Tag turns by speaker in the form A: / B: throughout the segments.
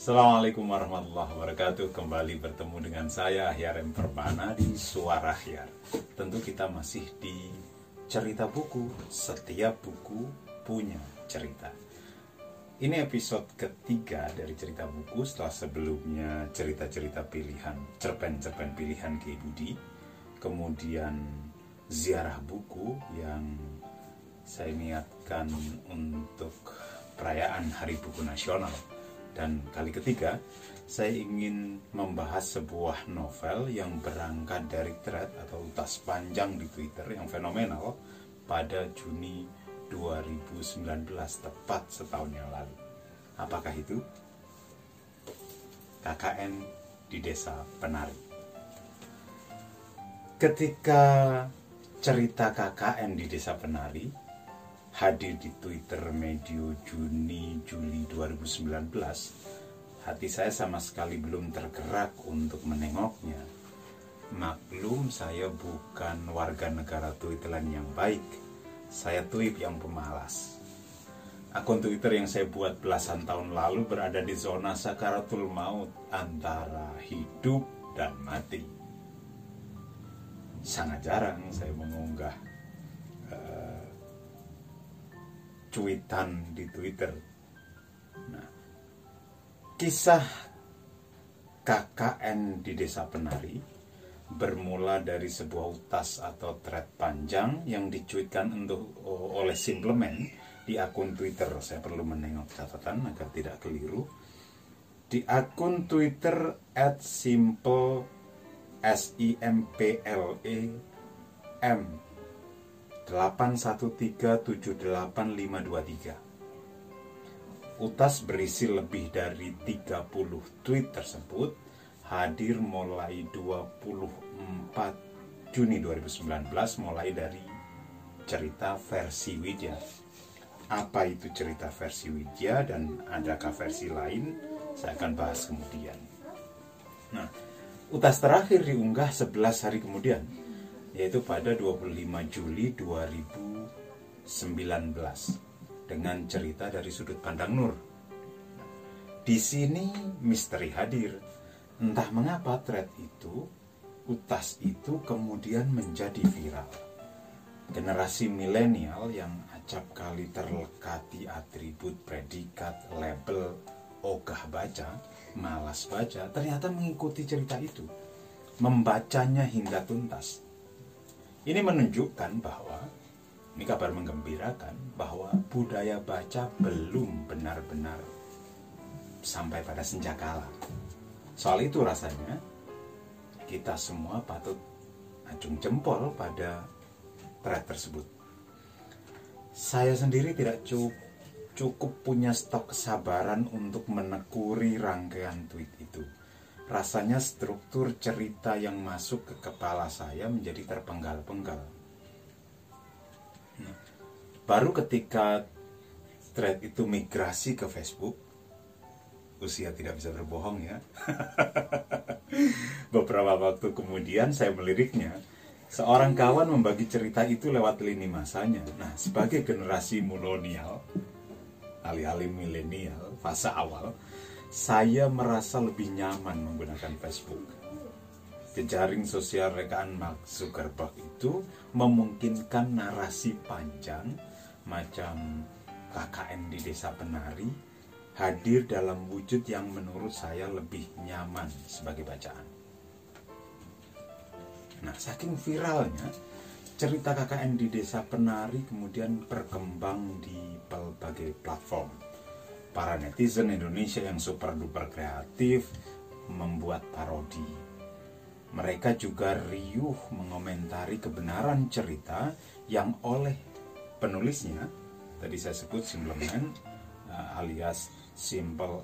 A: Assalamualaikum warahmatullahi wabarakatuh. Kembali bertemu dengan saya Ahyar M. Perbana di Suara Ahyar. Tentu kita masih di cerita buku. Setiap buku punya cerita. Ini episode ketiga dari cerita buku setelah sebelumnya cerita-cerita pilihan, cerpen-cerpen pilihan Kiai Budi. Kemudian ziarah buku yang saya niatkan untuk perayaan Hari Buku Nasional. Dan kali ketiga, saya ingin membahas sebuah novel yang berangkat dari thread atau utas panjang di Twitter yang fenomenal pada Juni 2019, tepat setahun yang lalu. Apakah itu? KKN di Desa Penari. Ketika cerita KKN di Desa Penari hadir di Twitter medio Juni-Juli 2019, hati saya sama sekali belum tergerak untuk menengoknya. Maklum, saya bukan warga negara Twitteran yang baik. Saya tweet yang pemalas. Akun Twitter yang saya buat belasan tahun lalu berada di zona sakaratul maut antara hidup dan mati. Sangat jarang saya mengunggah cuitan di Twitter. Nah, kisah KKN di Desa Penari bermula dari sebuah utas atau thread panjang yang dicuitkan oleh Simpleman di akun Twitter. Saya perlu menengok catatan agar tidak keliru. Di akun Twitter @simple SIMPLEM 813785523. Utas berisi lebih dari 30 tweet tersebut hadir mulai 24 Juni 2019 mulai dari cerita versi Widya. Apa itu cerita versi Widya dan adakah versi lain? Saya akan bahas kemudian. Nah, utas terakhir diunggah 11 hari kemudian, yaitu pada 25 Juli 2019 dengan cerita dari sudut pandang Nur. Di sini misteri hadir. Entah mengapa thread itu, utas itu kemudian menjadi viral. Generasi milenial yang acap kali terlekati atribut, predikat, label, ogah baca, malas baca, ternyata mengikuti cerita itu, membacanya hingga tuntas. Ini menunjukkan bahwa, ini kabar menggembirakan, bahwa budaya baca belum benar-benar sampai pada senjakala. Soal itu rasanya kita semua patut acung jempol pada thread tersebut. Saya sendiri tidak cukup punya stok kesabaran untuk menekuri rangkaian tweet itu. Rasanya struktur cerita yang masuk ke kepala saya menjadi terpenggal-penggal. Baru ketika thread itu migrasi ke Facebook, usia tidak bisa berbohong ya. Beberapa waktu kemudian saya meliriknya. Seorang kawan membagi cerita itu lewat lini masanya. Nah, sebagai generasi milenial, alih-alih milenial, fase awal, saya merasa lebih nyaman menggunakan Facebook. Jejaring sosial rekaan Mark Zuckerberg itu memungkinkan narasi panjang macam KKN di Desa Penari hadir dalam wujud yang menurut saya lebih nyaman sebagai bacaan. Nah, saking viralnya, cerita KKN di Desa Penari kemudian berkembang di berbagai platform. Para netizen Indonesia yang super duper kreatif membuat parodi. Mereka juga riuh mengomentari kebenaran cerita yang oleh penulisnya, tadi saya sebut Simpleman alias Simple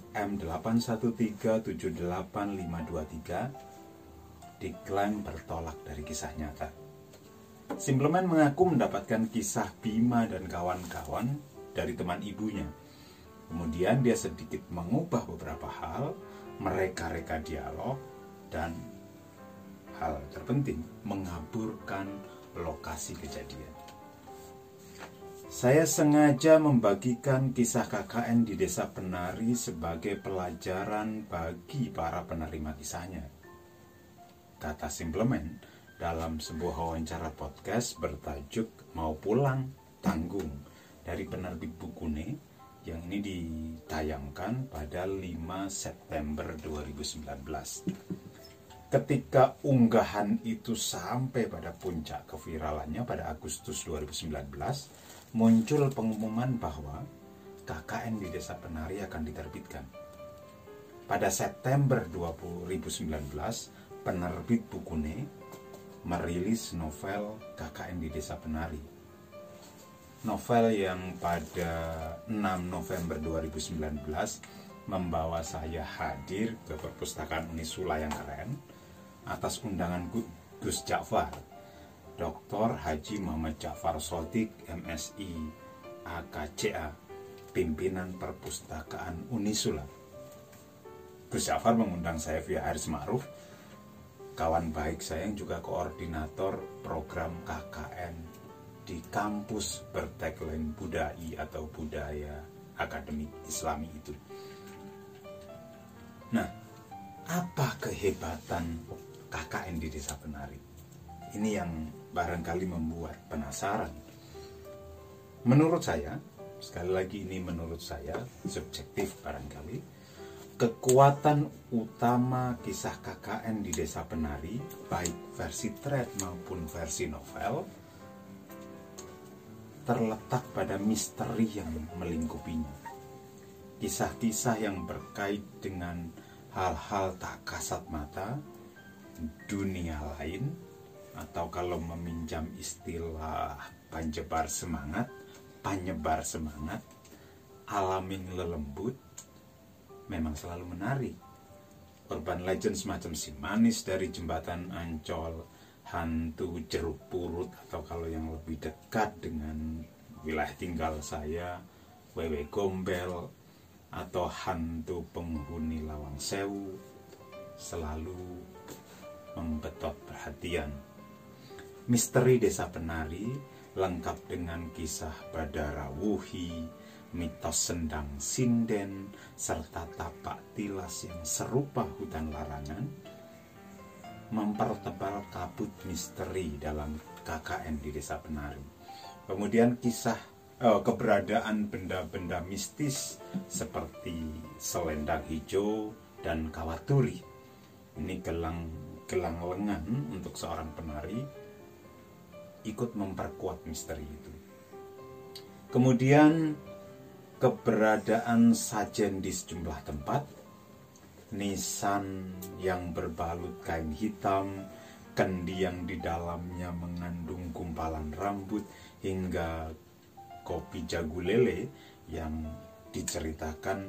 A: M813785523, diklaim bertolak dari kisah nyata. Simpleman mengaku mendapatkan kisah Bima dan kawan-kawan dari teman ibunya. Kemudian dia sedikit mengubah beberapa hal, mereka-reka dialog, dan hal terpenting, mengaburkan lokasi kejadian. Saya sengaja membagikan kisah KKN di Desa Penari sebagai pelajaran bagi para penerima kisahnya. Kata Simplemen dalam sebuah wawancara podcast bertajuk Mau Pulang Tanggung dari penerbit Bukune yang ini ditayangkan pada 5 September 2019. Ketika unggahan itu sampai pada puncak keviralannya pada Agustus 2019, muncul pengumuman bahwa KKN di Desa Penari akan diterbitkan. Pada September 2019, penerbit Bukune merilis novel KKN di Desa Penari. Novel yang pada 6 November 2019 membawa saya hadir ke perpustakaan Unisula yang keren atas undangan Gus Ja'far, Dr. Haji Muhammad Ja'far Shodiq, MSI, AKCA, pimpinan perpustakaan Unisula. Gus Ja'far mengundang saya via Haris Ma'ruf, kawan baik saya yang juga koordinator program KKN di kampus bertagline Budai atau Budaya Akademik Islami itu. Nah, apa kehebatan KKN di Desa Penari? Ini yang barangkali membuat penasaran. Menurut saya, sekali lagi ini menurut saya, subjektif barangkali, kekuatan utama kisah KKN di Desa Penari, baik versi thread maupun versi novel, terletak pada misteri yang melingkupinya. Kisah-kisah yang berkait dengan hal-hal tak kasat mata, dunia lain, atau kalau meminjam istilah penyebar semangat, alamin lelembut, memang selalu menarik. Urban legend semacam si manis dari jembatan Ancol, hantu jeruk purut, atau kalau yang lebih dekat dengan wilayah tinggal saya, Wewe Gombel, atau hantu penghuni Lawang Sewu, selalu membetot perhatian. Misteri Desa Penari lengkap dengan kisah Badara Wuhi, mitos Sendang Sinden, serta tapak tilas yang serupa hutan larangan, mempertebal kabut misteri dalam KKN di Desa Penari. Kemudian kisah keberadaan benda-benda mistis seperti selendang hijau dan kawaturi. Ini gelang lengan untuk seorang penari, ikut memperkuat misteri itu. Kemudian keberadaan sajen di sejumlah tempat, nisan yang berbalut kain hitam, kendi yang di dalamnya mengandung gumpalan rambut, hingga kopi jagu lele yang diceritakan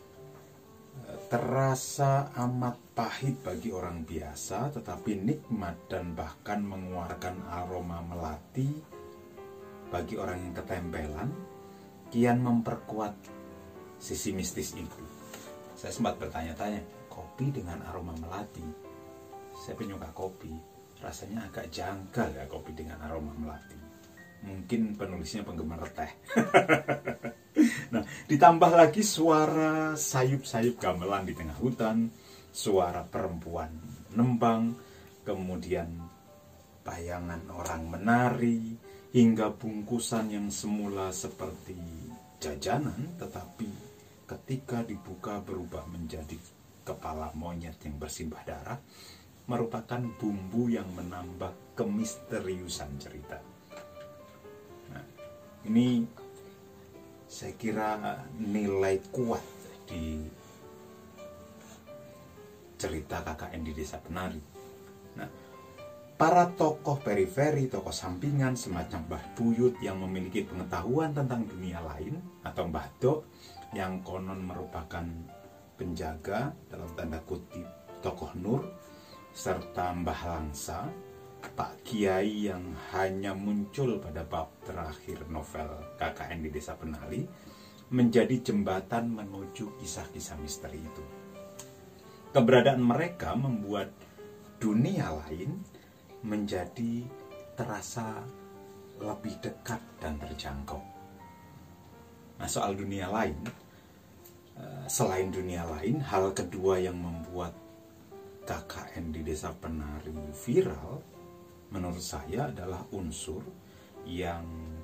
A: terasa amat pahit bagi orang biasa, tetapi nikmat dan bahkan mengeluarkan aroma melati bagi orang yang ketempelan, kian memperkuat sisi mistis itu. Saya sempat bertanya-tanya, kopi dengan aroma melati? Saya penyuka kopi, rasanya agak janggal ya kopi dengan aroma melati. Mungkin penulisnya penggemar teh. Nah, ditambah lagi suara sayup-sayup gamelan di tengah hutan, suara perempuan nembang, kemudian bayangan orang menari, hingga bungkusan yang semula seperti jajanan, tetapi ketika dibuka berubah menjadi kepala monyet yang bersimbah darah, merupakan bumbu yang menambah kemisteriusan cerita. Nah, ini saya kira nilai kuat di cerita KKN di Desa Penari. Nah, para tokoh periferi, tokoh sampingan semacam Mbah Buyut yang memiliki pengetahuan tentang dunia lain, atau Mbah Dok yang konon merupakan penjaga dalam tanda kutip tokoh Nur, serta Mbah Langsa, Pak Kiai yang hanya muncul pada bab terakhir novel KKN di Desa Penari, menjadi jembatan menuju kisah-kisah misteri itu. Keberadaan mereka membuat dunia lain menjadi terasa lebih dekat dan terjangkau. Nah, soal dunia lain, selain dunia lain, hal kedua yang membuat KKN di Desa Penari viral menurut saya adalah unsur yang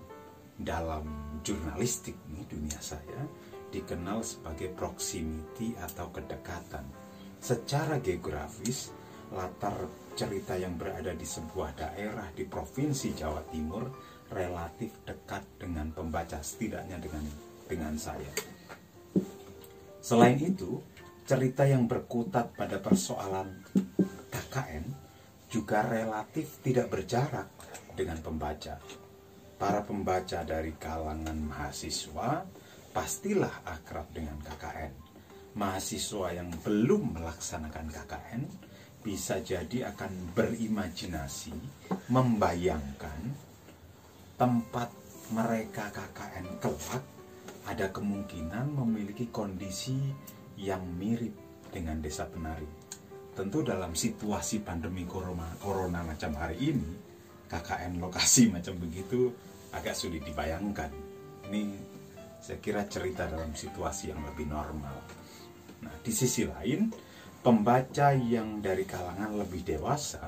A: dalam jurnalistik nih, dunia saya, dikenal sebagai proximity atau kedekatan. Secara geografis, latar cerita yang berada di sebuah daerah di Provinsi Jawa Timur relatif dekat dengan pembaca, setidaknya dengan saya. Selain itu, cerita yang berkutat pada persoalan KKN juga relatif tidak berjarak dengan pembaca. Para pembaca dari kalangan mahasiswa pastilah akrab dengan KKN. Mahasiswa yang belum melaksanakan KKN bisa jadi akan berimajinasi, membayangkan tempat mereka KKN kelak ada kemungkinan memiliki kondisi yang mirip dengan Desa Penari. Tentu dalam situasi pandemi corona macam hari ini, KKN lokasi macam begitu agak sulit dibayangkan. Ini saya kira cerita dalam situasi yang lebih normal. Nah, di sisi lain, pembaca yang dari kalangan lebih dewasa,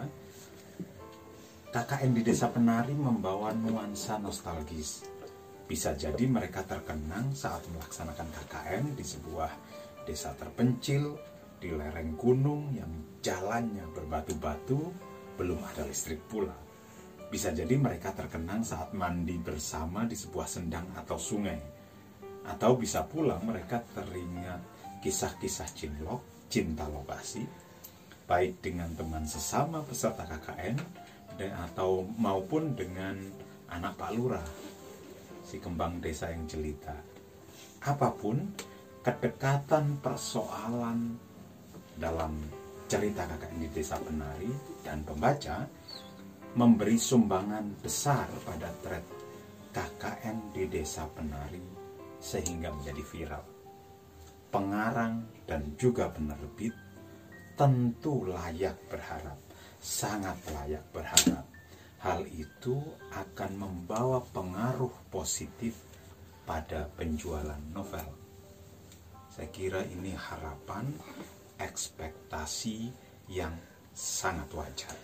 A: KKN di Desa Penari membawa nuansa nostalgis. Bisa jadi mereka terkenang saat melaksanakan KKN di sebuah desa terpencil, di lereng gunung yang jalannya berbatu-batu, belum ada listrik pula. Bisa jadi mereka terkenang saat mandi bersama di sebuah sendang atau sungai. Atau bisa pula mereka teringat kisah-kisah cinta lokasi, baik dengan teman sesama peserta KKN atau maupun dengan anak Pak Lurah, si kembang desa yang jelita. Apapun, kedekatan persoalan dalam cerita KKN di Desa Penari dan pembaca memberi sumbangan besar pada thread KKN di Desa Penari sehingga menjadi viral. Pengarang dan juga penerbit tentu layak berharap, sangat layak berharap hal itu akan membawa pengaruh positif pada penjualan novel. Saya kira ini harapan, ekspektasi yang sangat wajar.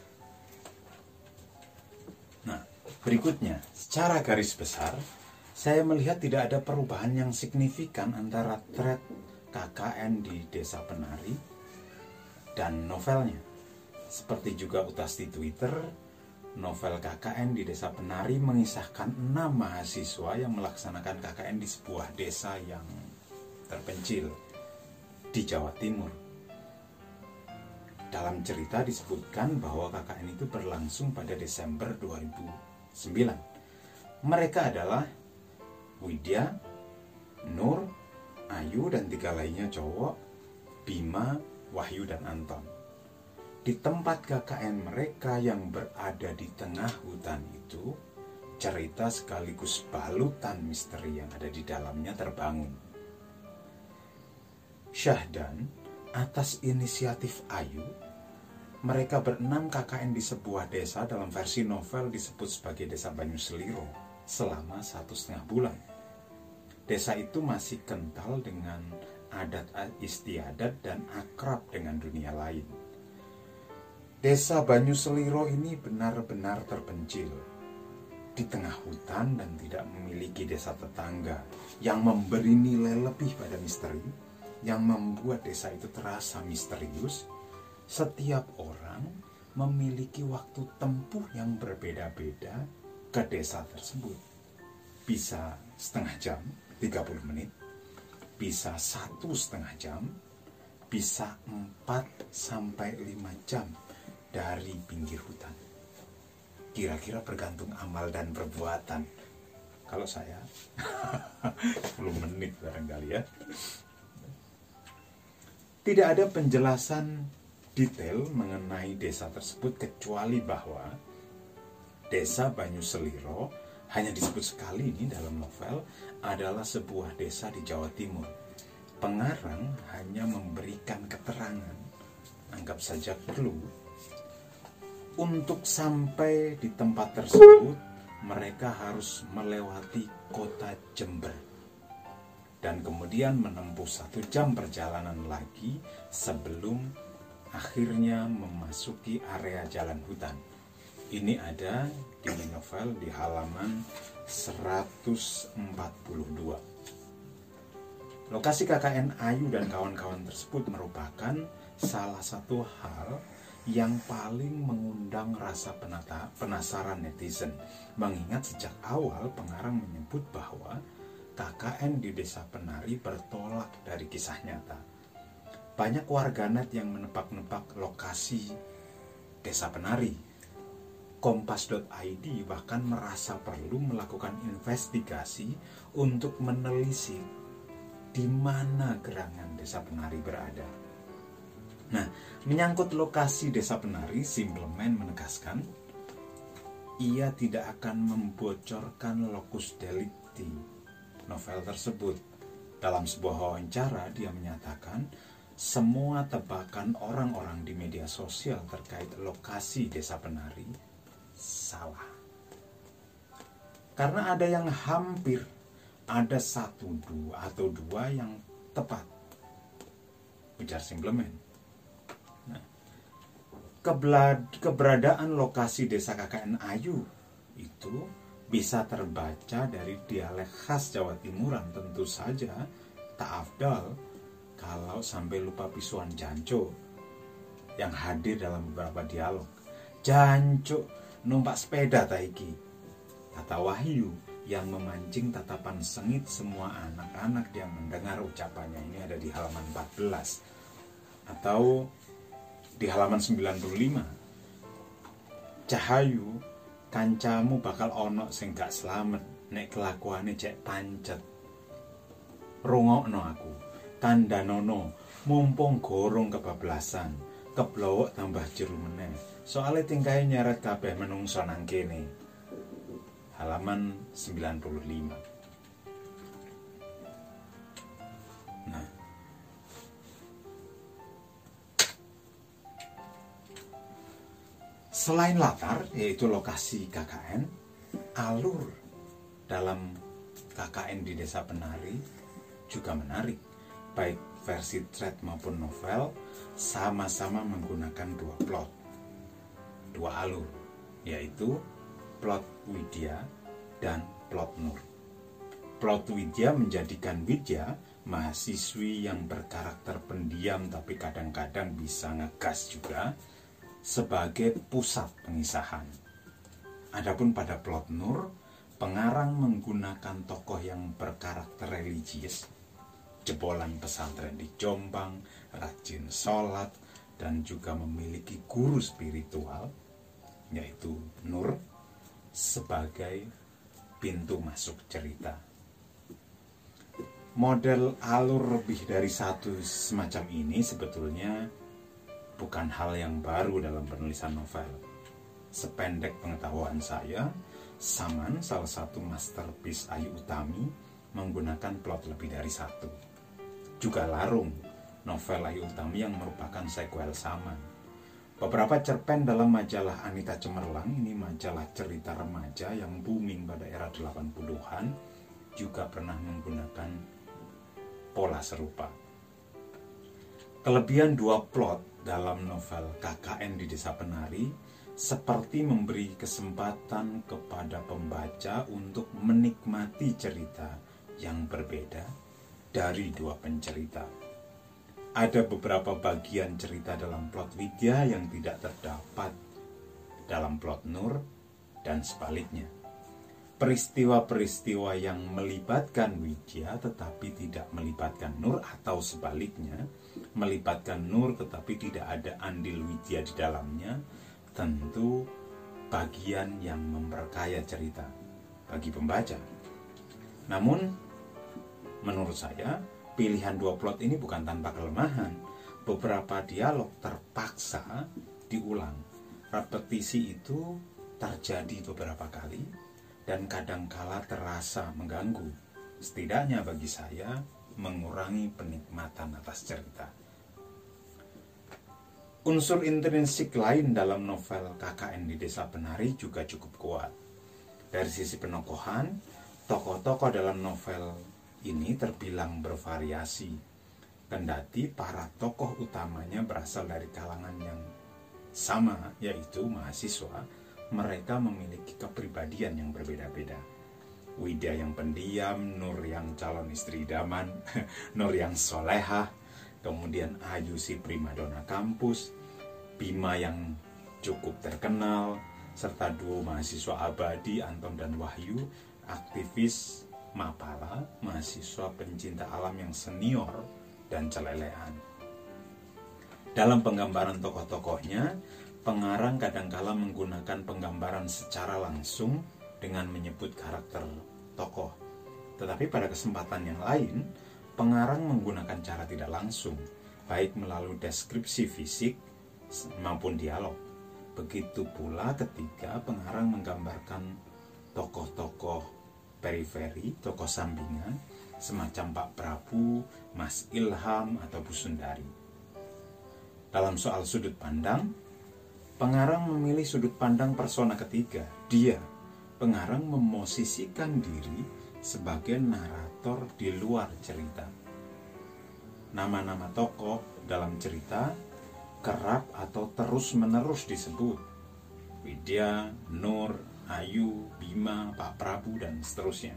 A: Nah, berikutnya, secara garis besar, saya melihat tidak ada perubahan yang signifikan antara thread KKN di Desa Penari dan novelnya. Seperti juga utas di Twitter, novel KKN di Desa Penari mengisahkan 6 mahasiswa yang melaksanakan KKN di sebuah desa yang terpencil di Jawa Timur. Dalam cerita disebutkan bahwa KKN itu berlangsung pada Desember 2009. Mereka adalah Widya, Nur, Ayu, dan 3 lainnya cowok, Bima, Wahyu, dan Anton. Di tempat KKN mereka yang berada di tengah hutan itu, cerita sekaligus balutan misteri yang ada di dalamnya terbangun. Syahdan, atas inisiatif Ayu, mereka berenam KKN di sebuah desa dalam versi novel disebut sebagai Desa Banyu Seliro selama 1,5 bulan. Desa itu masih kental dengan adat istiadat dan akrab dengan dunia lain. Desa Banyu Seliro ini benar-benar terpencil di tengah hutan dan tidak memiliki desa tetangga yang memberi nilai lebih pada misteri, yang membuat desa itu terasa misterius. Setiap orang memiliki waktu tempuh yang berbeda-beda ke desa tersebut. Bisa setengah jam, 30 menit, bisa 1,5 jam, bisa 4-5 jam dari pinggir hutan. Kira-kira bergantung amal dan perbuatan. Kalau saya 10 menit barangkali ya. Tidak ada penjelasan detail mengenai desa tersebut kecuali bahwa Desa Banyu Seliro hanya disebut sekali ini dalam novel adalah sebuah desa di Jawa Timur. Pengarang hanya memberikan keterangan, anggap saja clue. Untuk sampai di tempat tersebut, mereka harus melewati kota Jember. dan kemudian menempuh 1 jam perjalanan lagi sebelum akhirnya memasuki area jalan hutan. Ini ada di novel di halaman 142. Lokasi KKN Ayu dan kawan-kawan tersebut merupakan salah satu hal yang paling mengundang rasa penasaran netizen, mengingat sejak awal pengarang menyebut bahwa KKN di Desa Penari bertolak dari kisah nyata. Banyak warganet yang menebak-nebak lokasi Desa Penari. Kompas.id bahkan merasa perlu melakukan investigasi untuk menelisik di mana gerangan Desa Penari berada. Nah, menyangkut lokasi Desa Penari, Simpleman menegaskan ia tidak akan membocorkan lokus delicti novel tersebut. Dalam sebuah wawancara, dia menyatakan semua tebakan orang-orang di media sosial terkait lokasi Desa Penari salah. Karena ada yang hampir, ada 1, 2 atau 2 yang tepat, ujar Simpleman. Nah, keberadaan lokasi Desa KKN Ayu itu bisa terbaca dari dialek khas Jawa Timuran. Tentu saja tak afdal kalau sampai lupa pisuan Janco yang hadir dalam beberapa dialog. Janco numpak sepeda taiki, kata Wahyu yang memancing tatapan sengit semua anak-anak yang mendengar ucapannya. Ini ada di halaman 14 atau di halaman 95. Cahayu, kancamu bakal ono sing gak slamet nek kelakuane cek pancet. Rungokno aku, kandhanono mumpung gorong kebablasan, keblowok tambah jeru meneh. Soale tingkahe nyeret kabeh menungso nang kene. Halaman 95. Nah, selain latar, yaitu lokasi KKN, alur dalam KKN di Desa Penari juga menarik. Baik versi thread maupun novel sama-sama menggunakan 2 plot, 2 alur, yaitu plot Widya dan plot Nur. Plot Widya menjadikan Widya, mahasiswi yang berkarakter pendiam tapi kadang-kadang bisa ngegas juga, sebagai pusat pengisahan. Adapun pada plot Nur, pengarang menggunakan tokoh yang berkarakter religius, jebolan pesantren di Jombang, rajin sholat, dan juga memiliki guru spiritual, yaitu Nur, sebagai pintu masuk cerita. Model alur lebih dari 1 semacam ini sebetulnya bukan hal yang baru dalam penulisan novel. Sependek pengetahuan saya, Saman, salah satu masterpiece Ayu Utami, menggunakan plot lebih dari 1. Juga Larung, novel Ayu Utami yang merupakan sequel Saman. Beberapa cerpen dalam majalah Anita Cemerlang, ini majalah cerita remaja yang booming pada era 80-an, juga pernah menggunakan pola serupa. Kelebihan 2 plot dalam novel KKN di Desa Penari seperti memberi kesempatan kepada pembaca untuk menikmati cerita yang berbeda dari 2 pencerita. Ada beberapa bagian cerita dalam plot Widya yang tidak terdapat dalam plot Nur dan sebaliknya. Peristiwa-peristiwa yang melibatkan Widya tetapi tidak melibatkan Nur, atau sebaliknya, melibatkan Nur tetapi tidak ada andil Widya di dalamnya, tentu bagian yang memperkaya cerita bagi pembaca. Namun, menurut saya, pilihan 2 plot ini bukan tanpa kelemahan. Beberapa dialog terpaksa diulang. Repetisi itu terjadi beberapa kali dan kadangkala terasa mengganggu. Setidaknya bagi saya, mengurangi penikmatan atas cerita. Unsur intrinsik lain dalam novel KKN di Desa Penari juga cukup kuat. Dari sisi penokohan, tokoh-tokoh dalam novel ini terbilang bervariasi, kendati para tokoh utamanya berasal dari kalangan yang sama, yaitu mahasiswa. Mereka memiliki kepribadian yang berbeda-beda. Widya yang pendiam, Nur yang calon istri idaman, Nur yang solehah, kemudian Ayu si primadona kampus, Bima yang cukup terkenal, serta duo mahasiswa abadi Anton dan Wahyu, aktivis Mapala, mahasiswa pencinta alam yang senior dan celelean. Dalam penggambaran tokoh-tokohnya, pengarang kadangkala menggunakan penggambaran secara langsung dengan menyebut karakter tokoh. Tetapi pada kesempatan yang lain, pengarang menggunakan cara tidak langsung, baik melalui deskripsi fisik maupun dialog. Begitu pula ketika pengarang menggambarkan tokoh-tokoh periferi, tokoh sampingan, semacam Pak Prabu, Mas Ilham, atau Bu Sundari. Dalam soal sudut pandang, pengarang memilih sudut pandang persona ketiga. Pengarang memosisikan diri sebagai narator di luar cerita. Nama-nama tokoh dalam cerita kerap atau terus-menerus disebut. Widya, Nur, Ayu, Bima, Pak Prabu, dan seterusnya.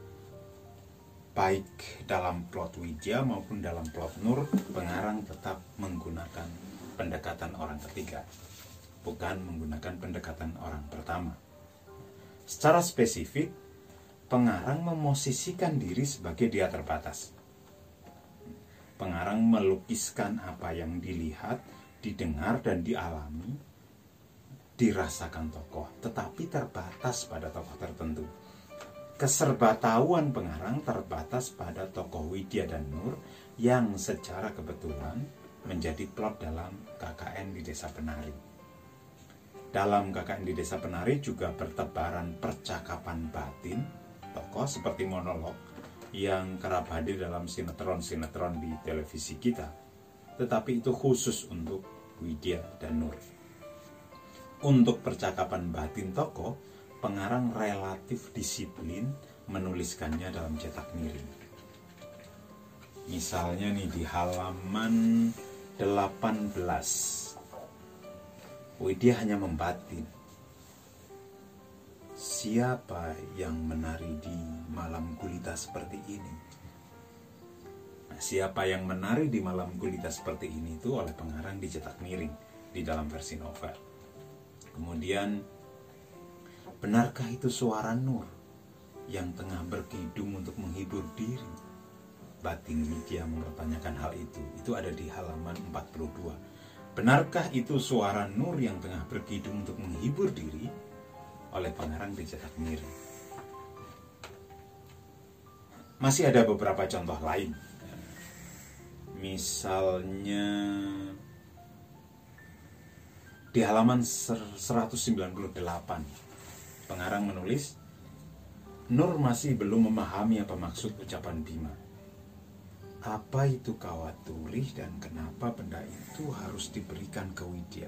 A: Baik dalam plot Widya maupun dalam plot Nur, pengarang tetap menggunakan pendekatan orang ketiga, bukan menggunakan pendekatan orang pertama. Secara spesifik, pengarang memosisikan diri sebagai dia terbatas. Pengarang melukiskan apa yang dilihat, didengar, dan dialami, dirasakan tokoh, tetapi terbatas pada tokoh tertentu. Keserbatauan pengarang terbatas pada tokoh Widya dan Nur yang secara kebetulan menjadi plot dalam KKN di Desa Penari. Dalam KKN di Desa Penari juga bertebaran percakapan batin tokoh seperti monolog yang kerap hadir dalam sinetron-sinetron di televisi kita. Tetapi itu khusus untuk Widya dan Nur. Untuk percakapan batin tokoh, pengarang relatif disiplin menuliskannya dalam cetak miring. Misalnya nih di halaman 18, Widya hanya membatin. Siapa yang menari di malam gulita seperti ini? Nah, siapa yang menari di malam gulita seperti ini itu oleh pengarang dicetak miring di dalam versi novel. Kemudian, benarkah itu suara Nur yang tengah berkidung untuk menghibur diri? Batin Widya mempertanyakan hal itu. Itu ada di halaman 42. Benarkah itu suara Nur yang tengah berkidung untuk menghibur diri? Oleh pengarang dicetak miring. Masih ada beberapa contoh lain. Misalnya di halaman 198, pengarang menulis, Nur masih belum memahami apa maksud ucapan Bima. Apa itu kawat turih dan kenapa benda itu harus diberikan ke Widya?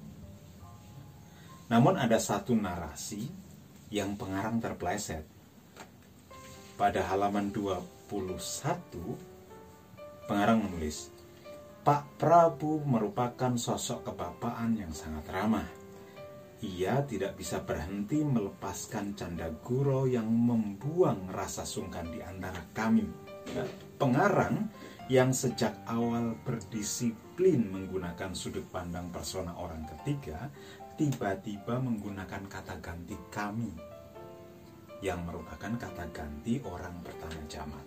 A: Namun ada satu narasi yang pengarang terpeleset. Pada halaman 21, pengarang menulis, Pak Prabu merupakan sosok kebapaan yang sangat ramah. Ia tidak bisa berhenti melepaskan canda gurau yang membuang rasa sungkan di antara kami. Pengarang yang sejak awal berdisiplin menggunakan sudut pandang persona orang ketiga, tiba-tiba menggunakan kata ganti kami, yang merupakan kata ganti orang pertama jamak.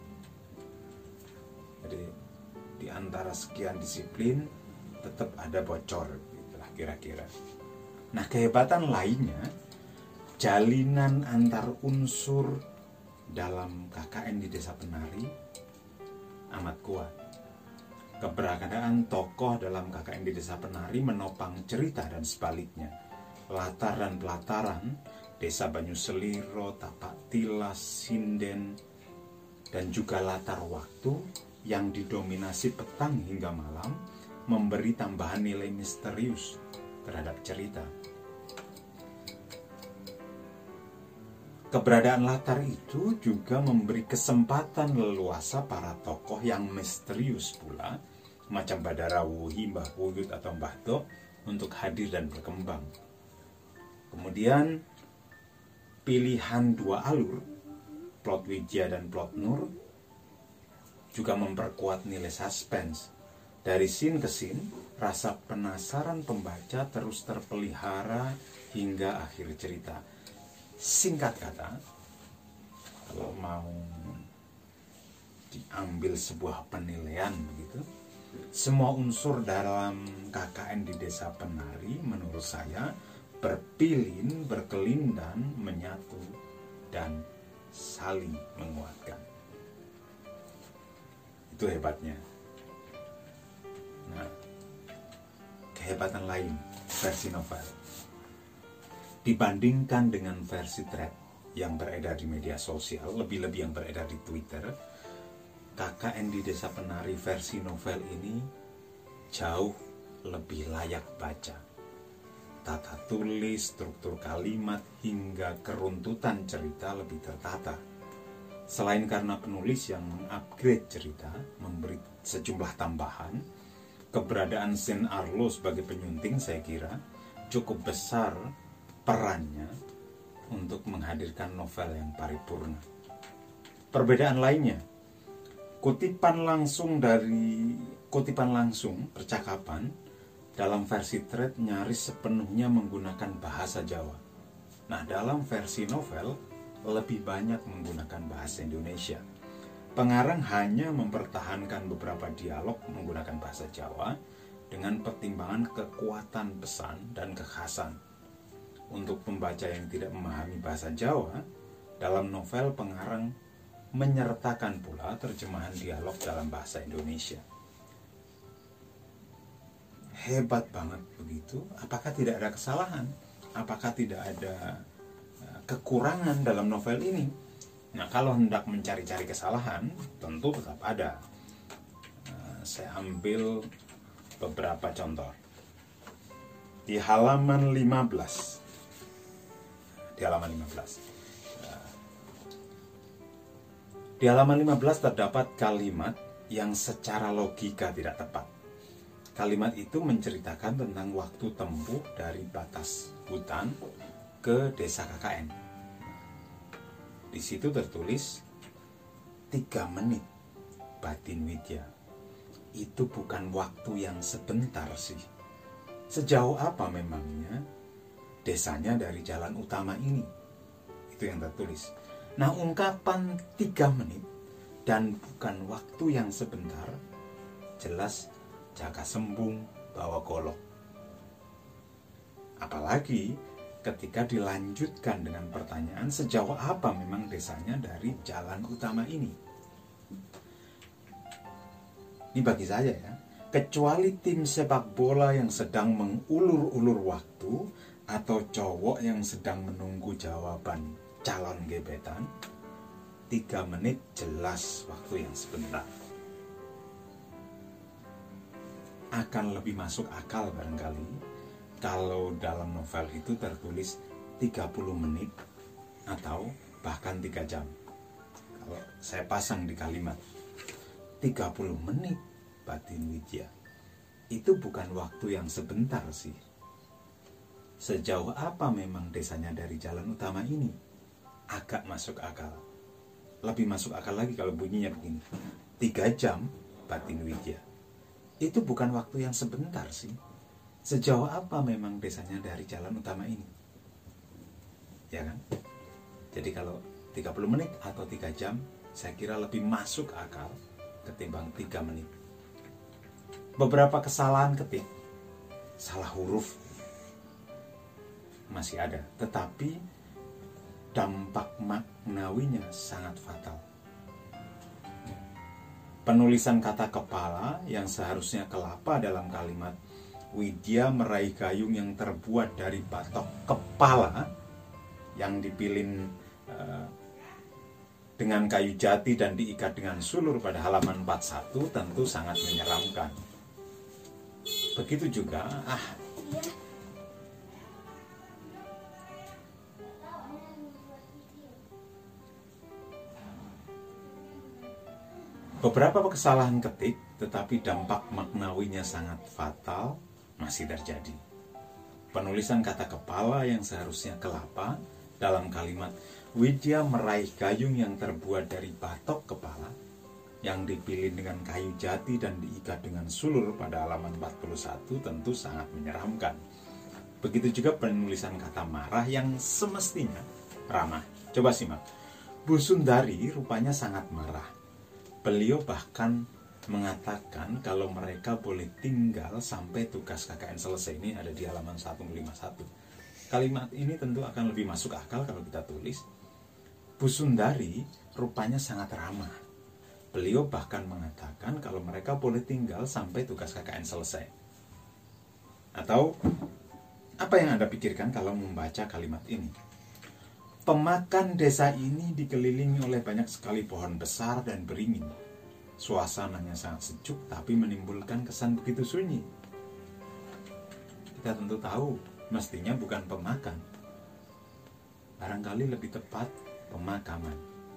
A: Jadi di antara sekian disiplin tetap ada bocor, gitulah kira-kira. Nah, kehebatan lainnya, jalinan antar unsur dalam KKN di Desa Penari amat kuat. Keberadaan tokoh dalam KKN di Desa Penari menopang cerita dan sebaliknya. Latar dan pelataran Desa Banyuseliro, Tapak Tilas, Sinden, dan juga latar waktu yang didominasi petang hingga malam memberi tambahan nilai misterius terhadap cerita. Keberadaan latar itu juga memberi kesempatan leluasa para tokoh yang misterius pula, macam Badara Wuhi, Mbah Wuyut atau Mbah Do, untuk hadir dan berkembang. Kemudian pilihan dua alur, plot Widya dan plot Nur, juga memperkuat nilai suspense. Dari scene ke scene, rasa penasaran pembaca terus terpelihara hingga akhir cerita. Singkat kata, kalau mau diambil sebuah penilaian begitu, semua unsur dalam KKN di Desa Penari menurut saya berpilin, berkelindan, menyatu, dan saling menguatkan. Itu hebatnya. Nah, kehebatan lain versi novel dibandingkan dengan versi thread yang beredar di media sosial, lebih-lebih yang beredar di Twitter, KKN di Desa Penari versi novel ini jauh lebih layak baca. Tata tulis, struktur kalimat, hingga keruntutan cerita lebih tertata. Selain karena penulis yang mengupgrade cerita, memberi sejumlah tambahan, keberadaan Sen Arlo sebagai penyunting saya kira cukup besar perannya untuk menghadirkan novel yang paripurna. Perbedaan lainnya, kutipan langsung percakapan dalam versi thread nyaris sepenuhnya menggunakan bahasa Jawa. Nah, dalam versi novel lebih banyak menggunakan bahasa Indonesia. Pengarang hanya mempertahankan beberapa dialog menggunakan bahasa Jawa dengan pertimbangan kekuatan pesan dan kekhasan. Untuk pembaca yang tidak memahami bahasa Jawa, dalam novel pengarang menyertakan pula terjemahan dialog dalam bahasa Indonesia. Hebat banget begitu. Apakah tidak ada kesalahan? Apakah tidak ada kekurangan dalam novel ini? Nah, kalau hendak mencari-cari kesalahan, tentu tetap ada. Saya ambil beberapa contoh. Di halaman 15. Di halaman 15 terdapat kalimat yang secara logika tidak tepat. Kalimat itu menceritakan tentang waktu tempuh dari batas hutan ke desa KKN. Di situ tertulis 3 menit batin Widya. Itu bukan waktu yang sebentar sih. Sejauh apa memangnya desanya dari jalan utama ini? Itu yang tertulis. Nah, ungkapan 3 menit dan bukan waktu yang sebentar jelas jaga sembung bawa golok. Apalagi ketika dilanjutkan dengan pertanyaan sejauh apa memang desanya dari jalan utama ini. Ini bagi saya ya, kecuali tim sepak bola yang sedang mengulur-ulur waktu atau cowok yang sedang menunggu jawaban calon gebetan, 3 menit jelas waktu yang sebentar. Akan lebih masuk akal barangkali kalau dalam novel itu tertulis 30 menit atau bahkan 3 jam. Kalau saya pasang di kalimat 30 menit batin Widya, itu bukan waktu yang sebentar sih. Sejauh apa memang desanya dari jalan utama ini? Agak masuk akal. Lebih masuk akal lagi kalau bunyinya begini, 3 jam batin Widya. Itu bukan waktu yang sebentar sih. Sejauh apa memang desanya dari jalan utama ini? Ya kan? Jadi kalau 30 menit atau 3 jam, saya kira lebih masuk akal ketimbang 3 menit. Beberapa kesalahan ketik, salah huruf masih ada, tetapi dampak maknawinya sangat fatal. Penulisan kata kepala yang seharusnya kelapa dalam kalimat Widya meraih gayung yang terbuat dari batok kepala yang dipilin dengan kayu jati dan diikat dengan sulur pada halaman 41 tentu sangat menyeramkan. Begitu juga Beberapa kesalahan ketik tetapi dampak maknawinya sangat fatal masih terjadi. Penulisan kata kepala yang seharusnya kelapa dalam kalimat Widya meraih gayung yang terbuat dari batok kepala yang dipilih dengan kayu jati dan diikat dengan sulur pada halaman 41 tentu sangat menyeramkan. Begitu juga penulisan kata marah yang semestinya ramah. Coba simak. Bu Sundari rupanya sangat marah. Beliau bahkan mengatakan kalau mereka boleh tinggal sampai tugas KKN selesai. Ini ada di halaman 151. Kalimat ini tentu akan lebih masuk akal kalau kita tulis. Bu Sundari rupanya sangat ramah. Beliau bahkan mengatakan kalau mereka boleh tinggal sampai tugas KKN selesai. Atau apa yang Anda pikirkan kalau membaca kalimat ini? Pemakan desa ini dikelilingi oleh banyak sekali pohon besar dan beringin. Suasananya sangat sejuk tapi menimbulkan kesan begitu sunyi. Kita tentu tahu mestinya bukan pemakan. Barangkali lebih tepat pemakaman.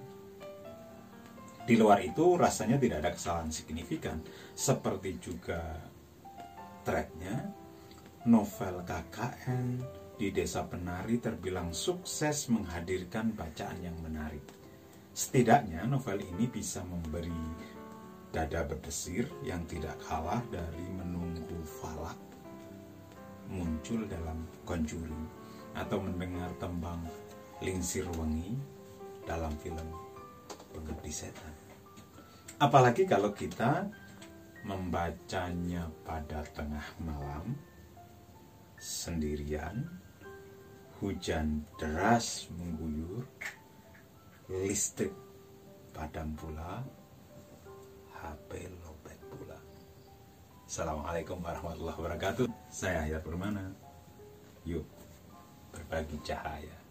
A: Di luar itu rasanya tidak ada kesalahan signifikan. Seperti juga threadnya, novel KKN di Desa Penari terbilang sukses menghadirkan bacaan yang menarik. Setidaknya novel ini bisa memberi dada berdesir yang tidak kalah dari menunggu falak muncul dalam Conjuring atau mendengar tembang Lingsir Wengi dalam film Pengabdi Setan. Apalagi kalau kita membacanya pada tengah malam sendirian, hujan deras mengguyur, listrik padam pula, HP lobet pula. Assalamualaikum warahmatullahi wabarakatuh. Saya Hayat Permana. Yuk berbagi cahaya.